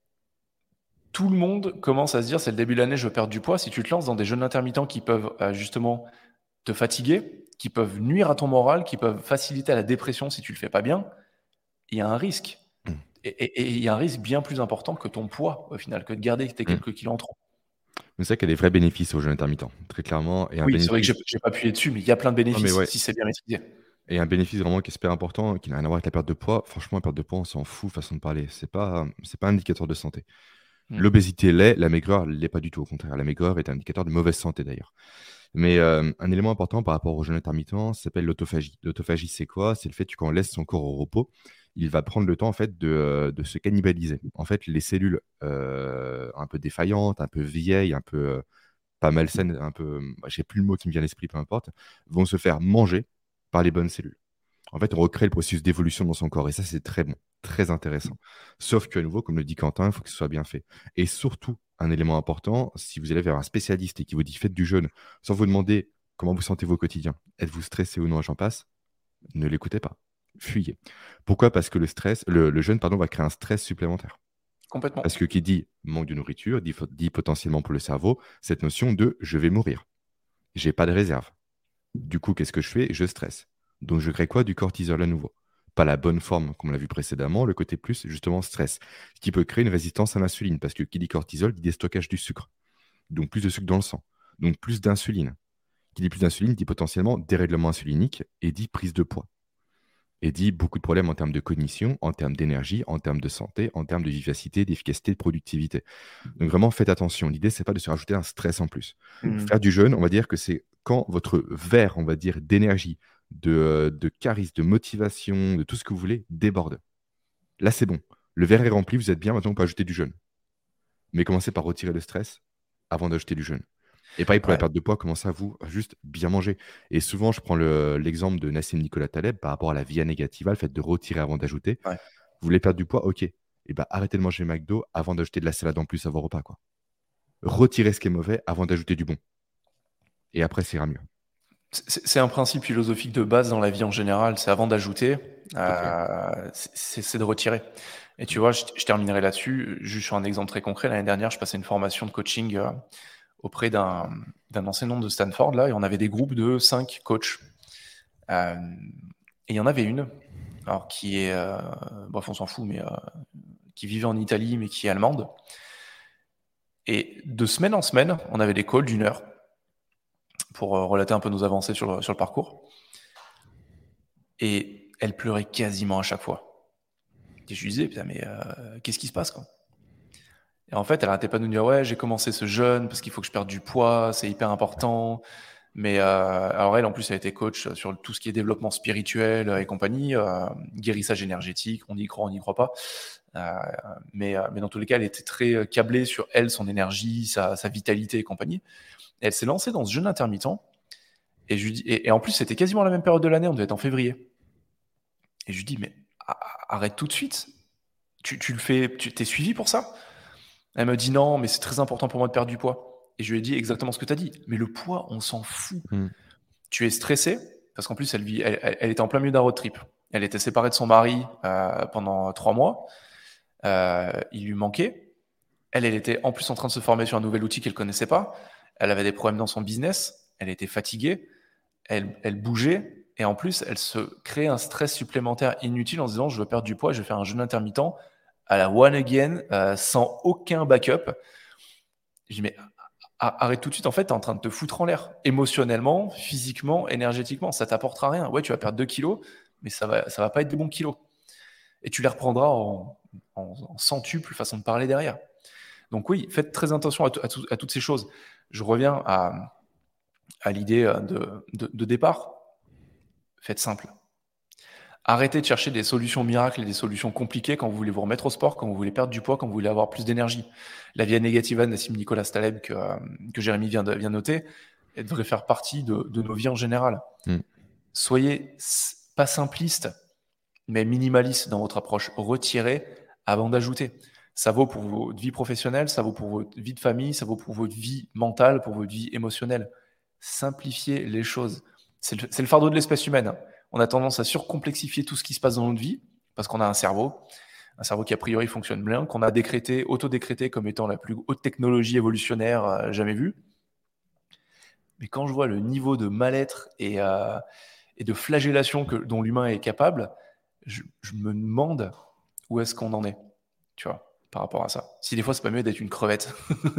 tout le monde commence à se dire c'est le début de l'année, je veux perdre du poids. Si tu te lances dans des jeûnes intermittents qui peuvent euh, justement te fatiguer, qui peuvent nuire à ton moral, qui peuvent faciliter la dépression si tu le fais pas bien, il y a un risque. Mm. Et, et- et il y a un risque bien plus important que ton poids, au final, que de garder tes Mm. quelques kilos en trop. Mais c'est vrai qu'il y a des vrais bénéfices au jeûne intermittent, très clairement. Et un Oui, c'est vrai que bénéfice, j'ai n'ai pas appuyé dessus, mais il y a plein de non, mais bénéfices ouais, si c'est bien maîtrisé. et un bénéfice vraiment qui est super important, qui n'a rien à voir avec la perte de poids. Franchement, la perte de poids, on s'en fout, façon de parler. C'est pas, c'est pas un indicateur de santé. Mm. L'obésité l'est, la maigreur l'est pas du tout. Au contraire, la maigreur est un indicateur de mauvaise santé d'ailleurs. Mais euh, un élément important par rapport au jeûne intermittent, ça s'appelle l'autophagie. L'autophagie, c'est quoi? C'est le fait que quand on laisse son corps au repos, il va prendre le temps en fait de, euh, de se cannibaliser. En fait, les cellules euh, un peu défaillantes, un peu vieilles, un peu euh, pas malsaines, un peu, bah, je sais plus le mot qui me vient à l'esprit, peu importe, vont se faire manger par les bonnes cellules. En fait, on recrée le processus d'évolution dans son corps et ça, c'est très bon, très intéressant. Sauf qu'à nouveau, comme le dit Quentin, il faut que ce soit bien fait. Et surtout, un élément important, si vous allez vers un spécialiste et qui vous dit faites du jeûne sans vous demander comment vous sentez-vous au quotidien, êtes-vous stressé ou non, j'en passe, ne l'écoutez pas. Fuyez. Pourquoi? Parce que le stress, le, le jeûne, pardon, va créer un stress supplémentaire. Complètement. Parce que qui dit manque de nourriture, dit, dit potentiellement pour le cerveau cette notion de je vais mourir. J'ai pas de réserve. Du coup, qu'est-ce que je fais? Je stresse. Donc, je crée quoi? Du cortisol à nouveau. Pas la bonne forme, comme on l'a vu précédemment, le côté plus, justement, stress, ce qui peut créer une résistance à l'insuline, parce que qui dit cortisol dit déstockage du sucre. Donc, plus de sucre dans le sang. Donc, plus d'insuline. Qui dit plus d'insuline dit potentiellement dérèglement insulinique et dit prise de poids. Et dit beaucoup de problèmes en termes de cognition, en termes d'énergie, en termes de santé, en termes de vivacité, d'efficacité, de productivité. Donc vraiment, faites attention. L'idée, c'est pas de se rajouter un stress en plus. Mm. Faire du jeûne, on va dire que c'est quand votre verre, on va dire, d'énergie, de, de charisme, de motivation, de tout ce que vous voulez, déborde. Là, c'est bon. Le verre est rempli, vous êtes bien, maintenant on peut ajouter du jeûne. Mais commencez par retirer le stress avant d'ajouter du jeûne. Et pareil pour la Ouais. perte de poids, commencez à vous juste bien manger. Et souvent, je prends le- l'exemple de Nassim Nicolas Taleb par rapport à la via negativa, le fait de retirer avant d'ajouter. Ouais. Vous voulez perdre du poids? Ok. Et ben, arrêtez de manger McDo avant d'ajouter de la salade en plus à vos repas, quoi. Retirez ce qui est mauvais avant d'ajouter du bon. Et après, ça ira mieux. C'est c'est un principe philosophique de base dans la vie en général, c'est avant d'ajouter, Ok. euh, c'est c'est de retirer. Et tu vois, je, je terminerai là-dessus, juste sur un exemple très concret. L'année dernière, je passais une formation de coaching euh, auprès d'un d'un enseignant de Stanford, là, et on avait des groupes de cinq coachs. Euh, et il y en avait une, alors qui est, euh, bref, on s'en fout, mais euh, qui vivait en Italie, mais qui est allemande. Et de semaine en semaine, on avait des calls d'une heure pour euh, relater un peu nos avancées sur le, sur le parcours. Et elle pleurait quasiment à chaque fois. Et je lui disais, putain, mais euh, qu'est-ce qui se passe, quoi? Et en fait, elle arrêtait pas de nous dire, ouais, j'ai commencé ce jeûne parce qu'il faut que je perde du poids, c'est hyper important. Mais euh, alors elle, en plus, elle a été coach sur tout ce qui est développement spirituel et compagnie, euh, guérissage énergétique, on y croit, on n'y croit pas. Euh, mais, euh, mais dans tous les cas, elle était très câblée sur elle, son énergie, sa, sa vitalité et compagnie. Et elle s'est lancée dans ce jeûne intermittent. Et, je lui dis, et, et en plus, c'était quasiment la même période de l'année, on devait être en février. Et je lui dis, mais arrête tout de suite. Tu, tu le fais, tu t'es suivi pour ça? Elle me dit non, mais c'est très important pour moi de perdre du poids. Et je lui ai dit exactement ce que tu as dit. Mais le poids, on s'en fout. Hmm. Tu es stressé, parce qu'en plus, elle, vit, elle, elle, elle était en plein milieu d'un road trip. Elle était séparée de son mari euh, pendant trois mois. Euh, il lui manquait. Elle, elle était en plus en train de se former sur un nouvel outil qu'elle ne connaissait pas. Elle avait des problèmes dans son business. Elle était fatiguée. Elle, elle bougeait. Et en plus, elle se crée un stress supplémentaire inutile en se disant je veux perdre du poids, je vais faire un jeûne intermittent à la one again, euh, sans aucun backup. Je dis mais arrête tout de suite, en fait, tu es en train de te foutre en l'air. Émotionnellement, physiquement, énergétiquement, ça t'apportera rien. Ouais, tu vas perdre deux kilos, mais ça va, ça va pas être des bons kilos. Et tu les reprendras en, en, en centuple façon de parler derrière. Donc oui, faites très attention à, t- à, tout- à toutes ces choses. Je reviens à, à l'idée de, de, de départ. Faites simple. Arrêtez de chercher des solutions miracles et des solutions compliquées quand vous voulez vous remettre au sport, quand vous voulez perdre du poids, quand vous voulez avoir plus d'énergie. La via negativa de Nassim Nicolas Taleb que, euh, que Jérémy vient de vient noter, elle devrait faire partie de, de nos vies en général. Mm. Soyez pas simpliste, mais minimaliste dans votre approche. Retirez avant d'ajouter. Ça vaut pour votre vie professionnelle, ça vaut pour votre vie de famille, ça vaut pour votre vie mentale, pour votre vie émotionnelle. Simplifiez les choses. C'est le, c'est le fardeau de l'espèce humaine. On a tendance à surcomplexifier tout ce qui se passe dans notre vie parce qu'on a un cerveau, un cerveau qui a priori fonctionne bien, qu'on a décrété, auto-décrété comme étant la plus haute technologie évolutionnaire euh, jamais vue. Mais quand je vois le niveau de mal-être et, euh, et de flagellation que, dont l'humain est capable, je, je me demande où est-ce qu'on en est, tu vois, par rapport à ça. Si des fois, c'est pas mieux d'être une crevette.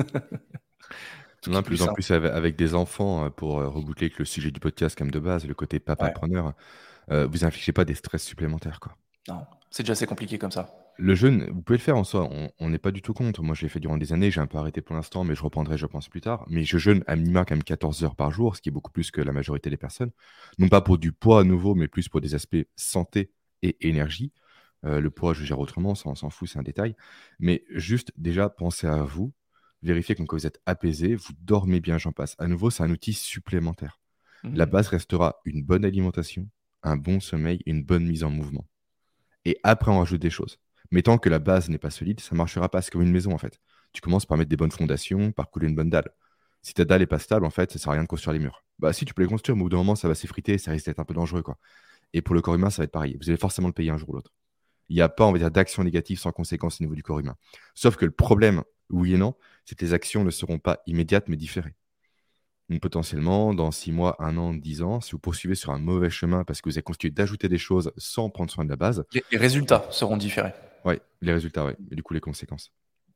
Tout qui Non, est plus plus en simple. plus avec avec des enfants, euh, pour euh, reboucler avec le sujet du podcast comme de base, le côté Ouais, papa-preneur, euh, vous infligez pas des stress supplémentaires, quoi. non, c'est déjà assez compliqué comme ça. Le jeûne, vous pouvez le faire en soi, on on n'est pas du tout contre. Moi, je l'ai fait durant des années, j'ai un peu arrêté pour l'instant, mais je reprendrai, je pense, plus tard. Mais je jeûne à minima quand même quatorze heures par jour, ce qui est beaucoup plus que la majorité des personnes. Non pas pour du poids à nouveau, mais plus pour des aspects santé et énergie. Heu, le poids, je gère autrement, ça on s'en fout, c'est un détail. Mais juste déjà pensez à vous, vérifiez que quand vous êtes apaisé, vous dormez bien, j'en passe. À nouveau, c'est un outil supplémentaire. La Mhm. base restera une bonne alimentation, un bon sommeil, une bonne mise en mouvement. Et après, on rajoute des choses. Mais tant que la base n'est pas solide, ça ne marchera pas. C'est comme une maison, en fait. Tu commences par mettre des bonnes fondations, par couler une bonne dalle. Si ta dalle n'est pas stable, en fait, ça ne sert à rien de construire les murs. Bah si, tu peux les construire, mais au bout d'un moment, ça va s'effriter, ça risque d'être un peu dangereux, quoi. Et pour le corps humain, ça va être pareil. Vous allez forcément le payer un jour ou l'autre. Il n'y a pas, on va dire, d'action négative sans conséquence au niveau du corps humain. Sauf que le problème, oui et non, c'est que les actions ne seront pas immédiates, mais différées. Donc, potentiellement, dans six mois, un an, dix ans, si vous poursuivez sur un mauvais chemin parce que vous avez continué d'ajouter des choses sans prendre soin de la base, Les, les résultats seront différés. ouais, les résultats, ouais, et du coup, les conséquences.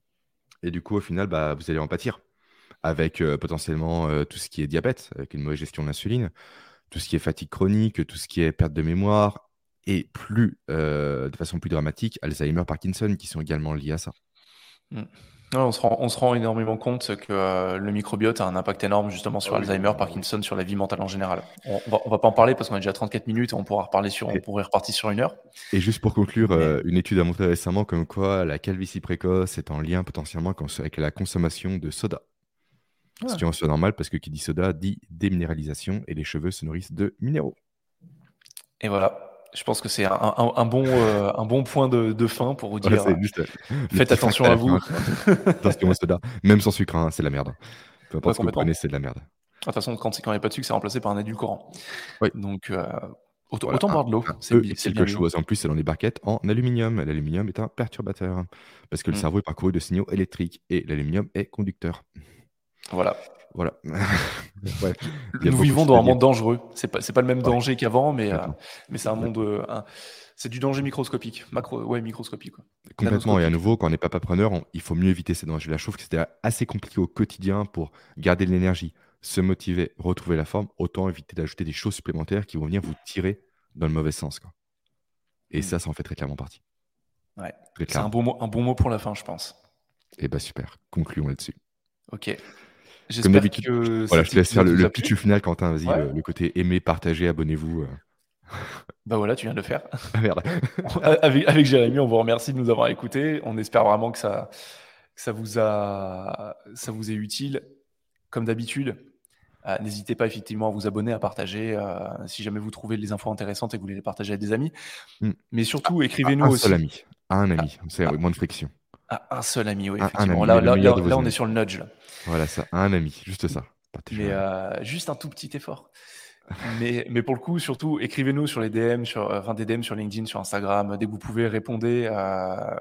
Et du coup, au final, bah, vous allez en pâtir avec euh, potentiellement euh, tout ce qui est diabète, avec une mauvaise gestion de l'insuline, tout ce qui est fatigue chronique, tout ce qui est perte de mémoire, et plus, euh, de façon plus dramatique, Alzheimer, Parkinson, qui sont également liés à ça. Mm. Ouais, on se rend, on se rend énormément compte que euh, le microbiote a un impact énorme justement Ah sur oui, Alzheimer, ah oui. Parkinson, sur la vie mentale en général. On, on va, on va pas en parler parce qu'on a déjà trente-quatre minutes et on pourra reparler sur, on Et, pourrait repartir sur une heure. et juste pour conclure, Mais euh, une étude a montré récemment comme quoi la calvitie précoce est en lien potentiellement cons- avec la consommation de soda. Si ouais. tu en sois normal, parce que qui dit soda dit déminéralisation, et les cheveux se nourrissent de minéraux. Et voilà. Je pense que c'est un, un- un bon, euh, un bon point de, de fin pour vous Ouais, dire euh, c'est juste euh, le faites petit fact attention à à la fin, vous. quoi. Attention au soda, même sans sucre, hein, c'est de la merde. Peu Ouais, importe ce que vous prenez, complètement. c'est de la merde. De toute façon, quand c'est quand il n'y a pas de sucre, c'est remplacé par un édulcorant. Oui. Donc, euh, Autant, Voilà, autant un, boire de l'eau, un c'est E bi- est c'est bien quelque mieux. chose. En plus, c'est dans les barquettes en aluminium. L'aluminium est un perturbateur parce que le Mm. cerveau est parcouru de signaux électriques et l'aluminium est conducteur. Voilà. Voilà. Bref, il y a Nous beaucoup de vivons choses dans à un dire. monde dangereux. C'est pas, c'est pas le même Ouais, danger qu'avant, mais, euh, complètement. mais c'est un monde, Complètement. euh, un- c'est du danger microscopique, macro, ouais, microscopique, quoi. Complètement. Et à Nanoscopique. nouveau, quand on n'est pas papreneur, on- il faut mieux éviter ces dangers-là. Je trouve que c'était assez compliqué au quotidien pour garder de l'énergie, se motiver, retrouver la forme. Autant éviter d'ajouter des choses supplémentaires qui vont venir vous tirer dans le mauvais sens, quoi. Et Mm. ça, ça en fait très clairement partie. Ouais. Très C'est un clairement. bon mot, un bon mot pour la fin, je pense. Et bah super. Concluons là-dessus. Ok. Comme J'espère d'habitude, que voilà, je cet te laisse faire épisode le, vous le a pitch plu. final, Quentin. Vas-y, Ouais. le, le côté aimer, partager, abonnez-vous. euh. Bah voilà, tu viens de le faire. Ah merde. avec, avec Jérémy, on vous remercie de nous avoir écoutés. On espère vraiment que ça, que ça vous a, ça vous est utile. Comme d'habitude, euh, n'hésitez pas effectivement à vous abonner, à partager, euh, si jamais vous trouvez les infos intéressantes et que vous voulez les partager avec des amis. Hmm. Mais surtout, À écrivez-nous un seul aussi. ami. À un À, ami. C'est à- moins de friction. à un seul ami, oui, Un, un effectivement. ami, Là, mais le là, meilleur là, de vos là, on est amis. sur le nudge. Là. Voilà, ça. Un ami. Juste ça. Partagez Mais un ami. euh, juste un tout petit effort. Mais, mais pour le coup, surtout, écrivez-nous sur les D M, sur, enfin des D M sur LinkedIn, sur Instagram, dès que vous pouvez, répondez. À...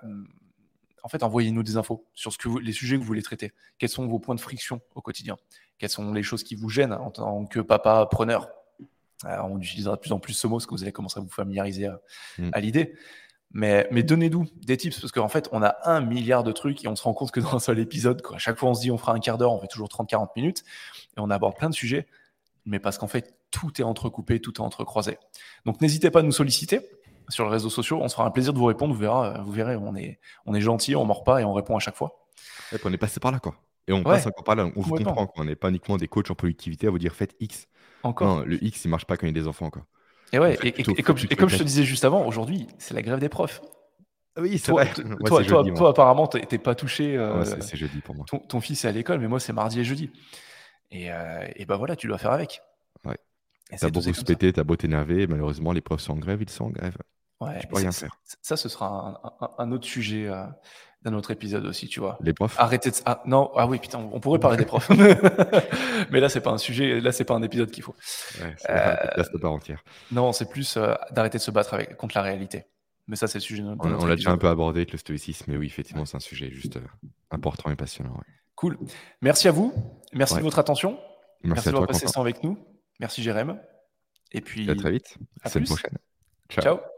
En fait, envoyez-nous des infos sur ce que vous- les sujets que vous voulez traiter. Quels sont vos points de friction au quotidien? Quelles sont les choses qui vous gênent en tant que papa preneur? Euh, on utilisera de plus en plus ce mot parce que vous allez commencer à vous familiariser à, Hmm. à l'idée. Mais, mais donnez-nous des tips parce qu'en fait, on a un milliard de trucs et on se rend compte que dans un seul épisode, quoi, à chaque fois on se dit on fera un quart d'heure, on fait toujours trente à quarante minutes et on aborde plein de sujets. Mais parce qu'en fait, tout est entrecoupé, tout est entrecroisé. Donc n'hésitez pas à nous solliciter sur les réseaux sociaux, on se fera un plaisir de vous répondre, vous verrez, vous verrez on est, on est gentil, on mord pas et on répond à chaque fois. Et puis on est passé par là, quoi. Et on passe Ouais, encore par là. On vous complètement. comprend, quoi. On n'est pas uniquement des coachs en productivité à vous dire faites X. Encore. Non, le X, il marche pas quand il y a des enfants, quoi. Et ouais, Donc et, faites et- plutôt, et faites comme, plutôt et comme je te exact. disais juste avant, aujourd'hui, c'est la grève des profs. Ah oui, c'est Toi, vrai. t- Moi, toi, c'est toi, jeudi, moi. toi, apparemment, t'es t'es pas touché. Ah, moi, euh, c'est c'est jeudi pour moi. ton, ton fils est à l'école, mais moi, c'est mardi et jeudi. Et, euh, et bah voilà, tu dois faire avec. Ouais. Et T'as c'est beau dosé vous comme ça. péter, t'as beau t'énerver, malheureusement, les profs sont en grève, ils sont en grève. Ouais, Tu et peux rien c'est- c'est- faire. ça, ce sera un, un- un autre sujet euh, d'un autre épisode aussi, tu vois. Les profs? Arrêtez de... Ah non, ah oui, putain, on pourrait parler des profs. Mais là, c'est pas un sujet, là, c'est pas un épisode qu'il faut. Ouais, c'est Euh, un podcast à part entière. non, c'est plus euh, d'arrêter de se battre avec, contre la réalité. Mais ça, c'est le sujet d'un d'un On, on autre l'a déjà un épisode. peu abordé avec le stoïcisme, mais oui, effectivement, c'est un sujet juste euh, important et passionnant. Ouais. Cool. Merci à vous. Merci Ouais. de votre attention. Merci à d'avoir toi, passé Quentin. ce temps avec nous. Merci, Jérém. Et Et à puis, très vite. à À la semaine plus. prochaine. Ciao. Ciao.